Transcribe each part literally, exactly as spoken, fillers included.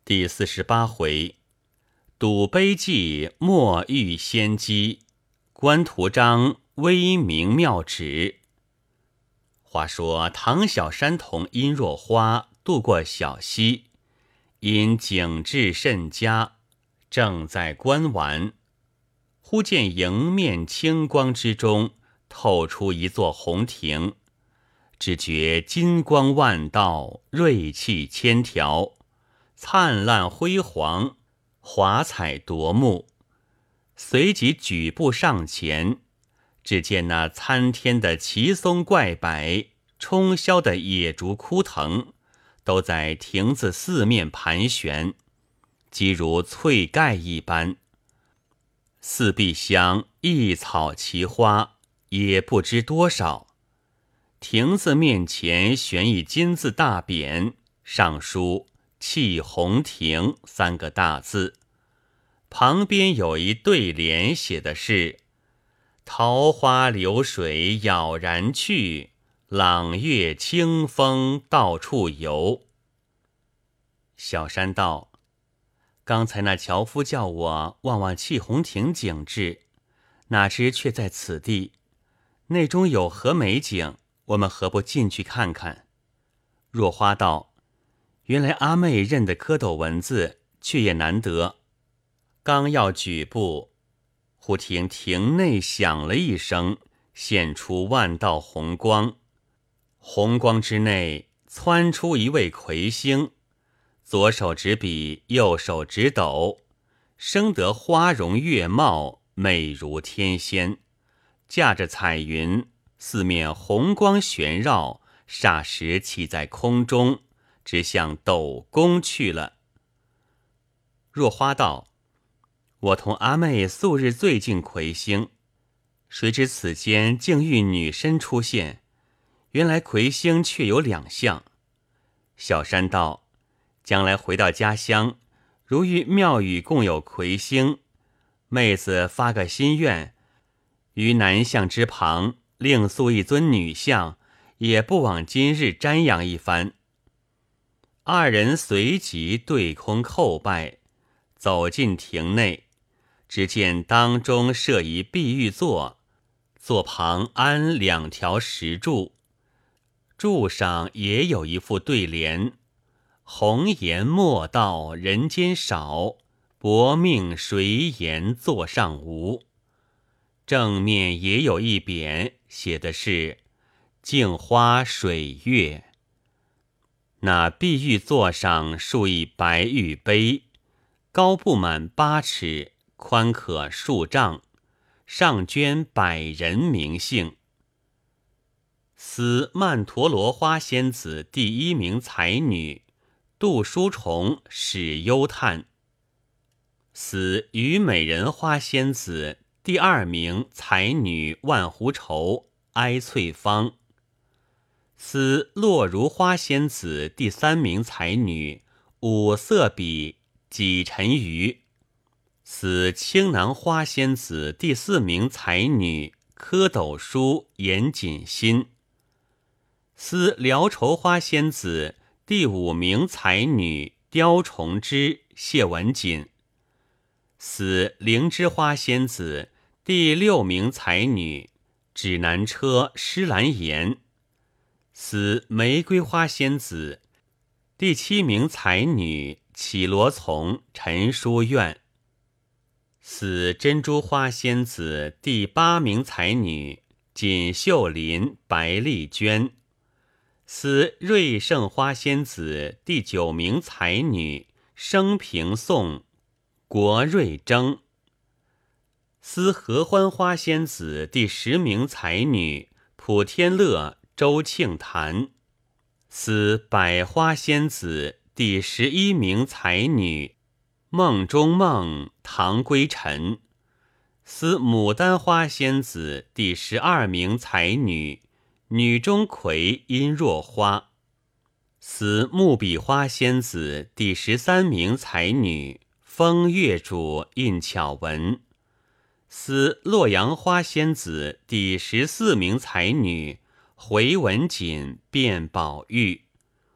第四十八回，赌碑记莫遇先机，官图章威名妙旨。话说唐小山同殷若花渡过小溪，因景致甚佳，正在观玩，忽见迎面清光之中透出一座红亭，只觉金光万道，锐气千条，灿烂辉煌，华彩夺目。随即举步上前，只见那参天的奇松怪柏，冲霄的野竹枯藤，都在亭子四面盘旋，即如翠盖一般。四壁厢一草奇花，也不知多少。亭子面前悬一金字大匾，上书弃红亭三个大字，旁边有一对联，写的是桃花流水杳然去，朗月清风到处游。小山道：刚才那樵夫叫我望望弃红亭景致，哪知却在此地，内中有何美景，我们何不进去看看？若花道：原来阿妹认得蝌蚪文字，却也难得。刚要举步，忽听亭内响了一声，现出万道红光，红光之内窜出一位魁星，左手执笔，右手执斗，生得花容月貌，美如天仙，驾着彩云，四面红光旋绕，霎时起在空中，直向斗宫去了。若花道：我同阿妹素日最敬魁星，谁知此间竟遇女身出现，原来魁星却有两相。小山道：将来回到家乡，如遇庙宇共有魁星，妹子发个心愿，于男相之旁另塑一尊女相，也不枉今日瞻仰一番。二人随即对空叩拜，走进亭内，只见当中设一碧玉座，座旁安两条石柱，柱上也有一副对联：红颜莫道人间少，薄命谁言座上无。正面也有一匾，写的是镜花水月。那碧玉座上竖一白玉碑，高不满八尺，宽可数丈，上镌百人名姓。司曼陀罗花仙子第一名才女杜书虫史幽叹，司虞美人花仙子第二名才女万狐愁哀翠芳，司落如花仙子第三名才女五色笔几沉鱼，司青囊花仙子第四名才女蝌蚪书严谨心，司辽绸花仙子第五名才女雕虫枝谢文锦，司灵芝花仙子第六名才女指南车施兰言，司玫瑰花仙子第七名才女绮罗从陈书院，司珍珠花仙子第八名才女锦绣林白丽娟，司瑞盛花仙子第九名才女生平颂国瑞征，司合欢花仙子第十名才女普天乐周庆坛，司百花仙子第十一名才女梦中梦唐归尘，司牡丹花仙子第十二名才女女钟馗殷若花，司木笔花仙子第十三名才女风月主印巧文，司洛阳花仙子第十四名才女回文锦卞宝玉，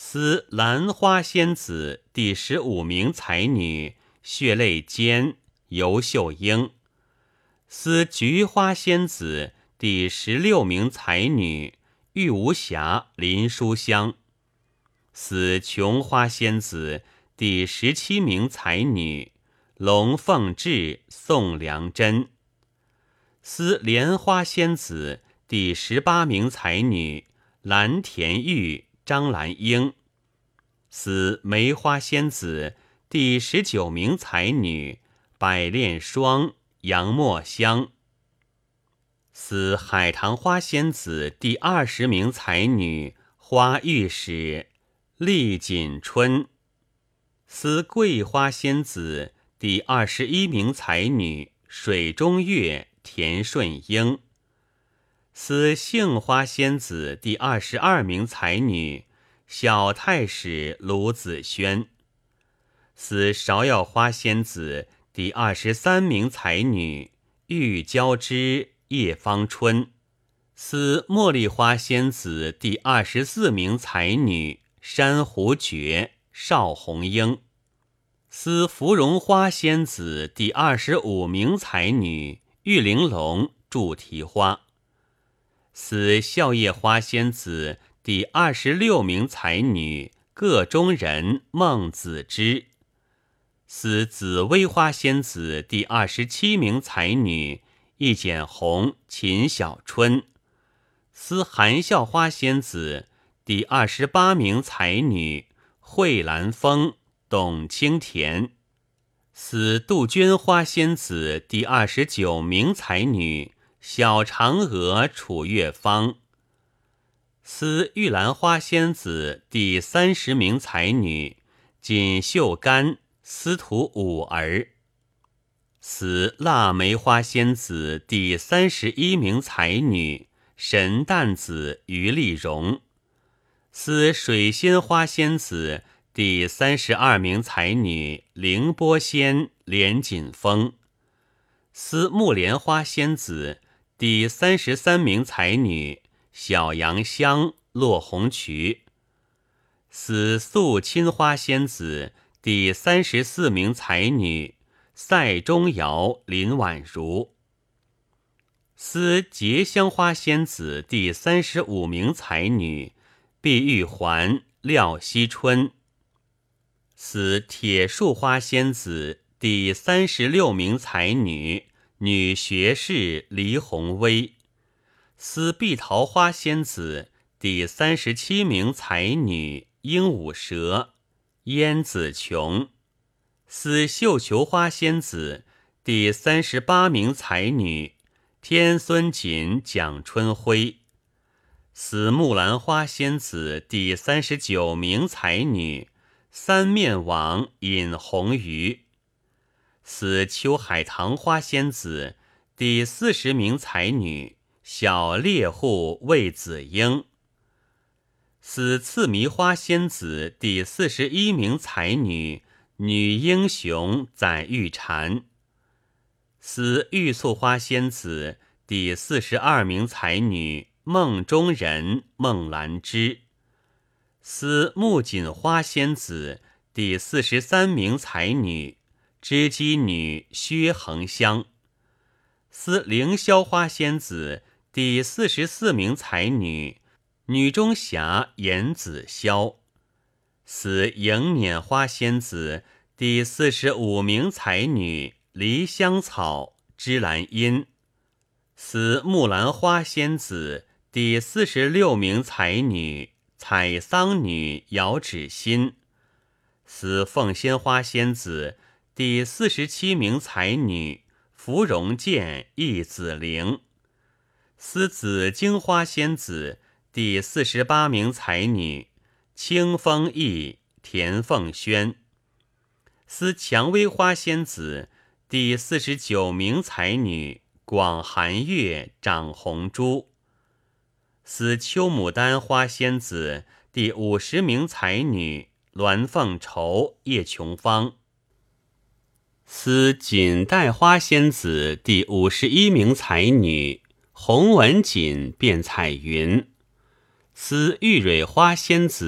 司兰花仙子第十五名才女，血泪间尤秀英。司菊花仙子第十六名才女，玉无暇林书香。司琼花仙子第十七名才女，龙凤至宋良珍。司莲花仙子第十八名才女，蓝田玉张兰英。司梅花仙子第十九名才女，百炼霜杨墨香。司海棠花仙子第二十名才女，花玉使厉锦春。司桂花仙子第二十一名才女，水中月田顺英。司杏花仙子第二十二名才女，小太史卢子轩。司芍药花仙子第二十三名才女，玉娇枝叶芳春。司茉莉花仙子第二十四名才女，珊瑚蕨邵红英。司芙蓉花仙子第二十五名才女，玉玲珑祝啼花。司笑靥花仙子第二十六名才女，个中人孟子之。司紫薇花仙子第二十七名才女，一剪红秦小春。司含笑花仙子第二十八名才女，慧兰风董清田。司杜鹃花仙子第二十九名才女，小嫦娥楚月芳。司玉兰花仙子第三十名才女，锦绣干司徒五儿。司腊梅花仙子第三十一名才女，神旦子于丽蓉。司水仙花仙子第三十二名才女，凌波仙连锦风。司木莲花仙子第三十三名才女，小杨香落红渠。司素钦花仙子第三十四名才女，塞中瑶林婉如。司结香花仙子第三十五名才女，碧玉环廖惜春。司铁树花仙子第三十六名才女，女学士黎红薇。司碧桃花仙子第三十七名才女，鹦鹉舌燕子琼。司绣球花仙子第三十八名才女，天孙锦蒋春辉。司木兰花仙子第三十九名才女，三面王尹红鱼。司秋海棠花仙子第四十名才女，小猎户魏子英。司刺迷花仙子第四十一名才女，女英雄载玉蝉。司玉簇花仙子第四十二名才女，梦中人孟兰芝。司木槿花仙子第四十三名才女，织机女薛恒香。司凌霄花仙子第四十四名才女，女中侠严子霄。司迎辇花仙子第四十五名才女，梨香草芝兰因。司木兰花仙子第四十六名才女，采桑女姚芷心。司凤仙花仙子第四十七名才女，芙蓉剑易子玲。司紫荆花仙子第四十八名才女，清风逸田凤轩。司蔷薇花仙子第四十九名才女，广寒月长红珠。司秋牡丹花仙子第五十名才女，鸾凤绸叶琼芳。司锦带花仙子第五十一名才女，红纹锦卞彩云。司玉蕊花仙子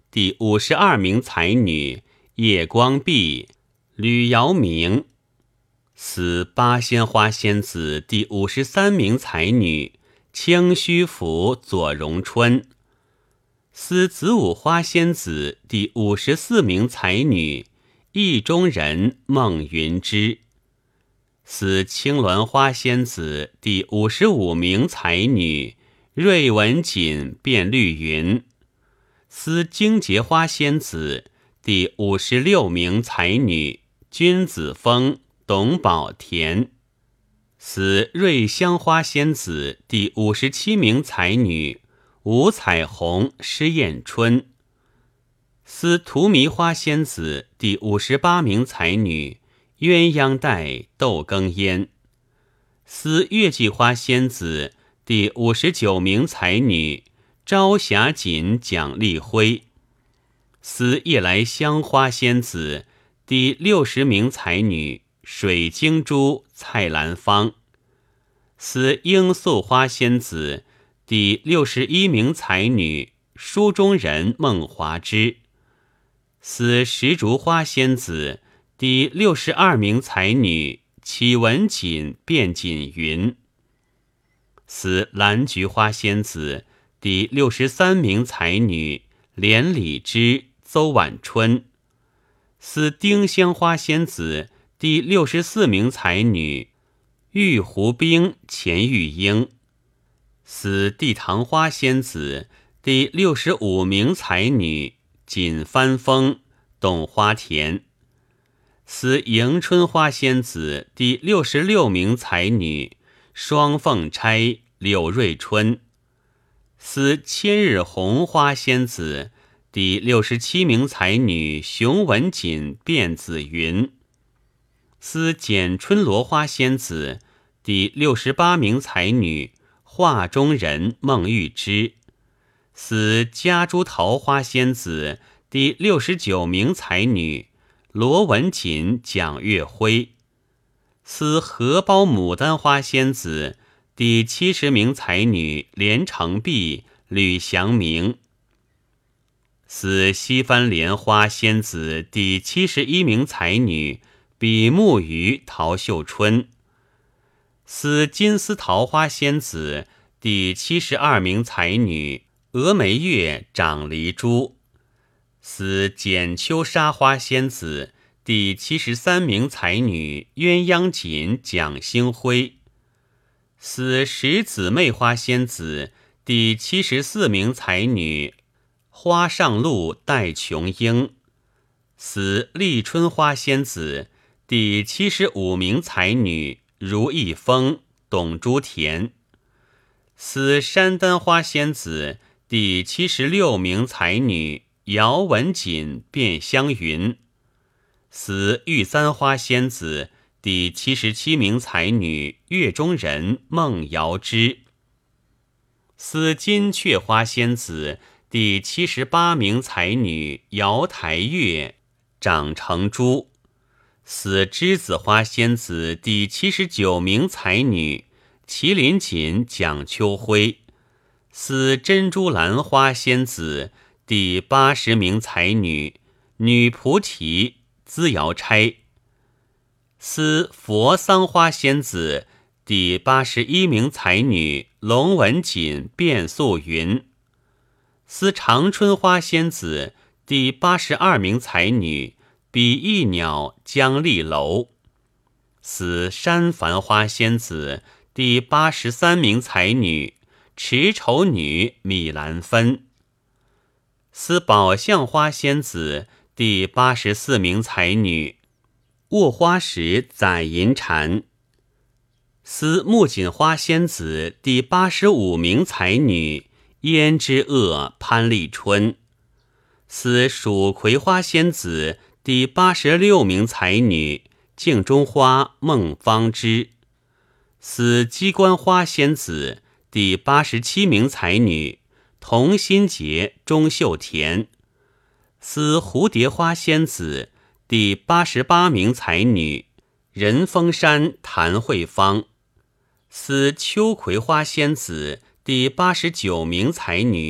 第五十二名才女叶光碧、吕瑶明。司八仙花仙子第五十三名才女清虚府左荣春。司子午花仙子第五十四名才女意中人孟云芝。司青鸾花仙子第五十五名才女瑞文锦卞绿云。司荆节花仙子第五十六名才女君子峰董宝田。司瑞香花仙子第五十七名才女吴彩虹施艳春。司荼蘼花仙子第五十八名才女鸳鸯带窦更烟。司月季花仙子第五十九名才女朝霞锦蒋丽辉。司夜来香花仙子第六十名才女水晶珠蔡兰芳。司罂粟花仙子第六十一名才女书中人孟华之。司石竹花仙子第六十二名才女启文锦卞锦云。司蓝菊花仙子第六十三名才女连理之邹婉春。司丁香花仙子第六十四名才女玉湖冰钱玉英。司地堂花仙子第六十五名才女锦帆风董花田。司迎春花仙子第六十六名才女双凤钗柳瑞春。司千日红花仙子第六十七名才女熊文锦卞紫云。司剪春罗花仙子第六十八名才女画中人孟玉芝。司夹珠桃花仙子第六十九名才女罗文锦蒋月辉。司荷包牡丹花仙子第七十名才女连成璧吕祥明。司西番莲花仙子第七十一名才女比目鱼陶秀春。司金丝桃花仙子第七十二名才女峨眉月长梨珠。司剪秋沙花仙子第七十三名才女鸳鸯锦蒋星辉。司石姊妹花仙子第七十四名才女花上路戴琼英。司立春花仙子第七十五名才女如意峰董珠田。司山丹花仙子第七十六名才女姚文锦卞香云。司玉簪花仙子第七十七名才女月中人孟瑶之。司金雀花仙子第七十八名才女瑶台月长成珠。司栀子花仙子第七十九名才女麒麟锦蒋秋辉。司珍珠兰花仙子第八十名才女女菩提资瑶钗。司佛桑花仙子第八十一名才女龙文锦卞素云。司长春花仙子第八十二名才女比翼鸟江丽楼。司山繁花仙子第八十三名才女持丑女米兰芬。司宝相花仙子第八十四名才女卧花石载银蝉。司木槿花仙子第八十五名才女胭脂萼潘丽春。司蜀葵花仙子第八十六名才女镜中花孟芳之。司鸡冠花仙子第八十七名才女童心结钟秀田。司蝴蝶花仙子第八十八名才女任峰山谭慧芳。司秋葵花仙子第八十九名才女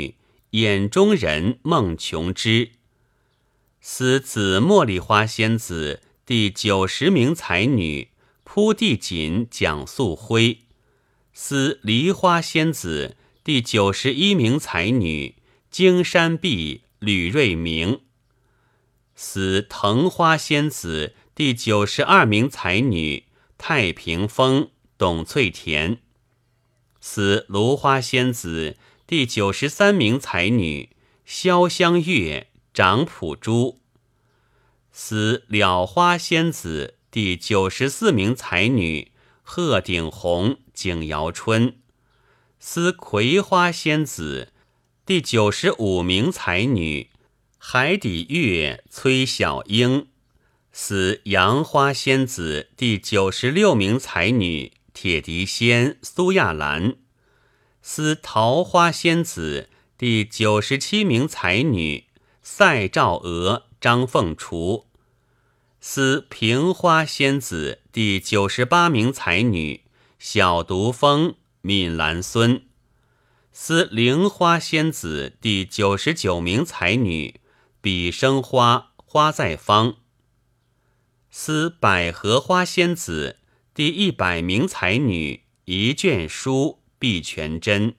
眼中人孟琼之。思紫茉莉花仙子第九十名才女扑地锦蒋素辉。思梨花仙子第九十一名才女荆山碧吕瑞明。思藤花仙子第九十二名才女太平峰董翠田。思芦花仙子第九十三名才女潇湘月长普珠。思了花仙子第九十四名才女鹤顶红景瑶春。思葵花仙子第九十五名才女海底月崔小英。思杨花仙子第九十六名才女铁笛仙苏亚兰。思桃花仙子第九十七名才女赛兆娥张凤雏。思平花仙子第九十八名才女小毒蜂闵兰孙。思菱花仙子第九十九名才女比生花花在芳。思百合花仙子第一百名才女一卷书毕全真。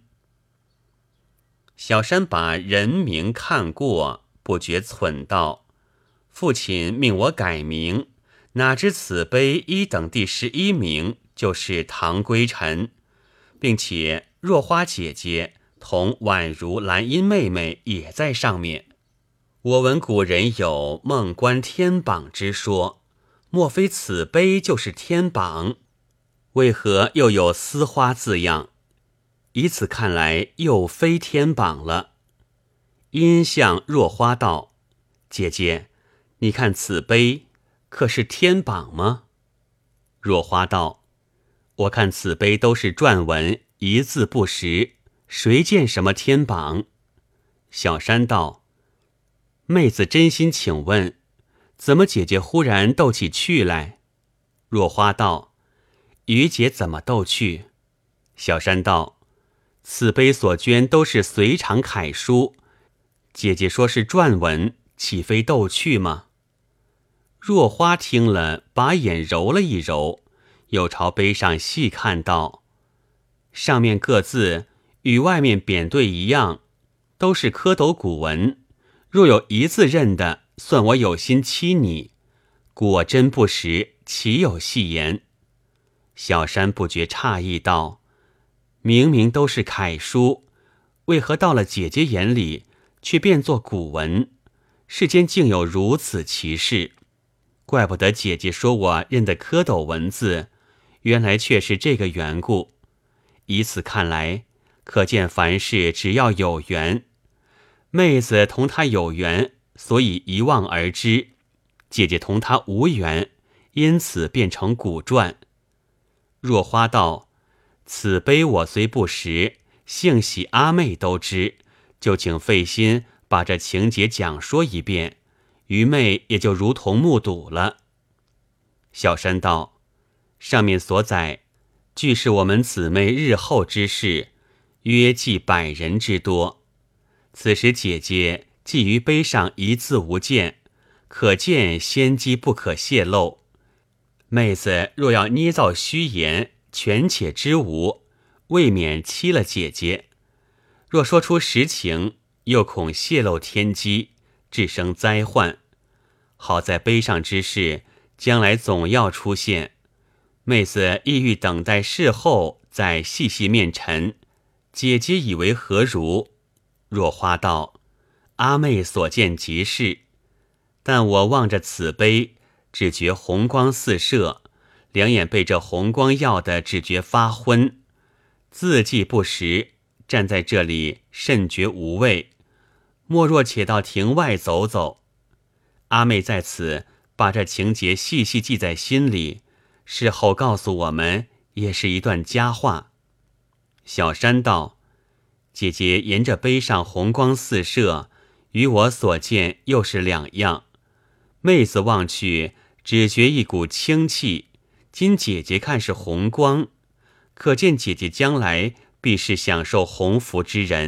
小山把人名看过，不觉忖道：父亲命我改名，哪知此碑一等第十一名就是唐归尘，并且若花姐姐同宛如兰因妹妹也在上面。我闻古人有梦观天榜之说，莫非此碑就是天榜？为何又有丝花字样？以此看来，又非天榜了。因向若花道：姐姐，你看此碑可是天榜吗？若花道：我看此碑都是篆文，一字不识，谁见什么天榜？小山道：妹子真心请问，怎么姐姐忽然斗起趣来？若花道：于姐怎么斗趣？小山道：此碑所捐都是隋唐楷书，姐姐说是篆文，岂非斗趣吗？若花听了，把眼揉了一揉，又朝碑上细看道：上面各字与外面匾对一样，都是蝌蚪古文，若有一字认的，算我有心欺你，果真不识，岂有戏言？小山不觉诧异道：明明都是楷书，为何到了姐姐眼里却变作古文？世间竟有如此奇事，怪不得姐姐说我认得蝌蚪文字，原来却是这个缘故。以此看来，可见凡事只要有缘，妹子同他有缘，所以一望而知；姐姐同他无缘，因此变成古传。若花道：此碑我虽不识，幸喜阿妹都知，就请费心把这情节讲说一遍，愚妹也就如同目睹了。小山道：上面所载，俱是我们姊妹日后之事，约计百人之多。此时姐姐既于碑上一字无见，可见先机不可泄露。妹子若要捏造虚言，权且知无，未免欺了姐姐；若说出实情，又恐泄露天机，致生灾患。好在碑上之事，将来总要出现，妹子意欲等待事后再细细面陈，姐姐以为何如？若花道：阿妹所见即是，但我望着此碑，只觉红光四射，两眼被这红光耀得只觉发昏，字迹不识，站在这里甚觉无味。莫若且到庭外走走。阿妹在此把这情节细细记在心里，事后告诉我们，也是一段佳话。小山道：姐姐沿着碑上红光四射，与我所见又是两样。妹子望去，只觉一股清气，今姐姐看是红光，可见姐姐将来必是享受鸿福之人，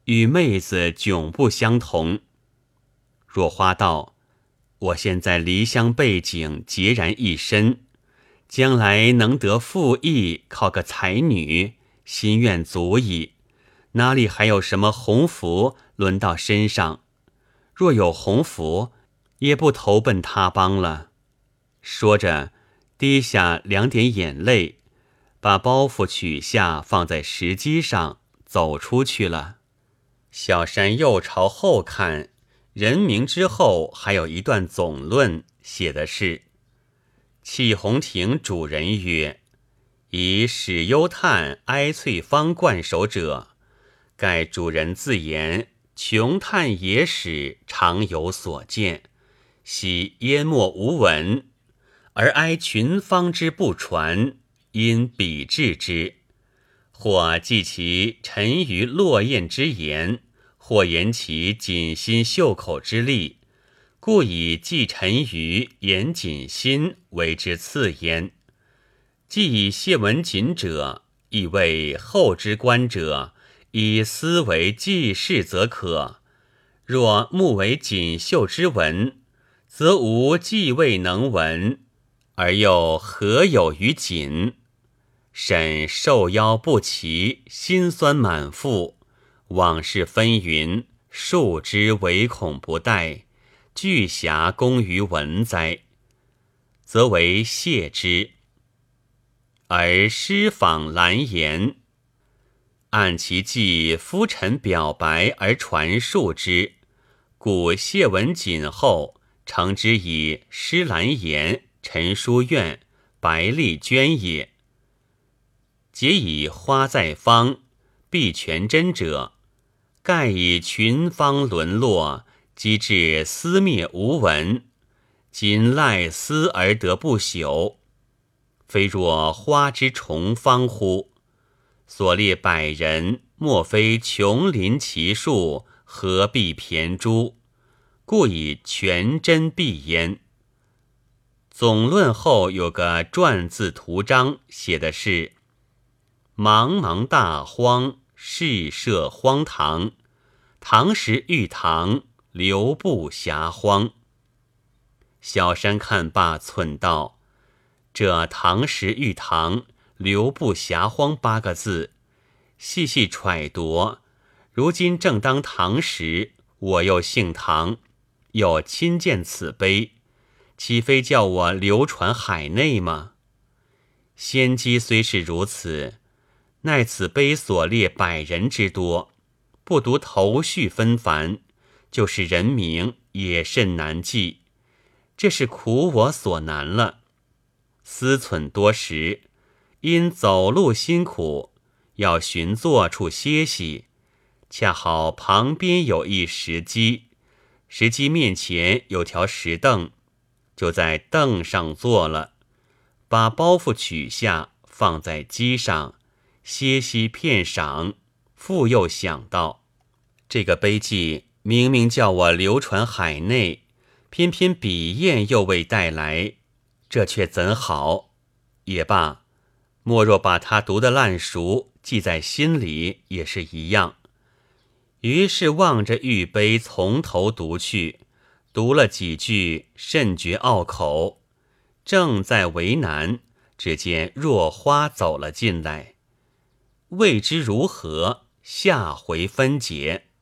与妹子迥不相同。若花道：我现在离乡背井，孑然一身，将来能得富邑，靠个才女，心愿足矣，哪里还有什么鸿福轮到身上？若有鸿福，也不投奔他邦了。说着，滴下两点眼泪，把包袱取下，放在石机上，走出去了。小山又朝后看，人名之后还有一段总论，写的是：弃红亭主人曰：以史幽叹哀翠芳冠首者，盖主人自言穷叹野史常有所见，喜淹没无闻，而哀群芳之不传，因彼治之，或记其沉于落雁之言，或言其谨心袖口之力，故以记沉于言谨心为之次焉。既以谢文锦者，亦为后之观者，以思为记事则可；若目为锦绣之文，则无既未能闻，而又何有于锦？审受邀不齐，心酸满腹，往事纷纭，数之唯恐不待，巨侠功于文哉，则为谢之。而诗访兰言，按其记夫臣表白而传述之，故谢文锦后称之以诗兰言、陈书院、白丽娟也。皆以花在芳，必全真者，盖以群芳沦落，机至思灭无闻，今赖思而得不朽，非若花之重芳乎？所列百人，莫非琼林奇树，何必骈珠？故以全真必焉。总论后有个篆字图章，写的是：茫茫大荒，世设荒唐，唐时玉堂，流布遐荒。小山看罢，忖道：这唐时玉堂，流布遐荒八个字，细细揣度，如今正当唐时，我又姓唐，又亲见此碑，岂非叫我流传海内吗？先机虽是如此，奈此碑所列百人之多，不读头绪纷繁，就是人名也甚难记，这是苦我所难了。思忖多时，因走路辛苦，要寻坐处歇息，恰好旁边有一石机，石机面前有条石凳，就在凳上坐了，把包袱取下，放在机上，歇息片晌，复又想到，这个碑记明明叫我流传海内，偏偏笔砚又未带来，这却怎好？也罢，莫若把它读得烂熟，记在心里也是一样。于是望着玉碑从头读去，读了几句，甚觉拗口，正在为难，只见若花走了进来。未知如何，下回分解。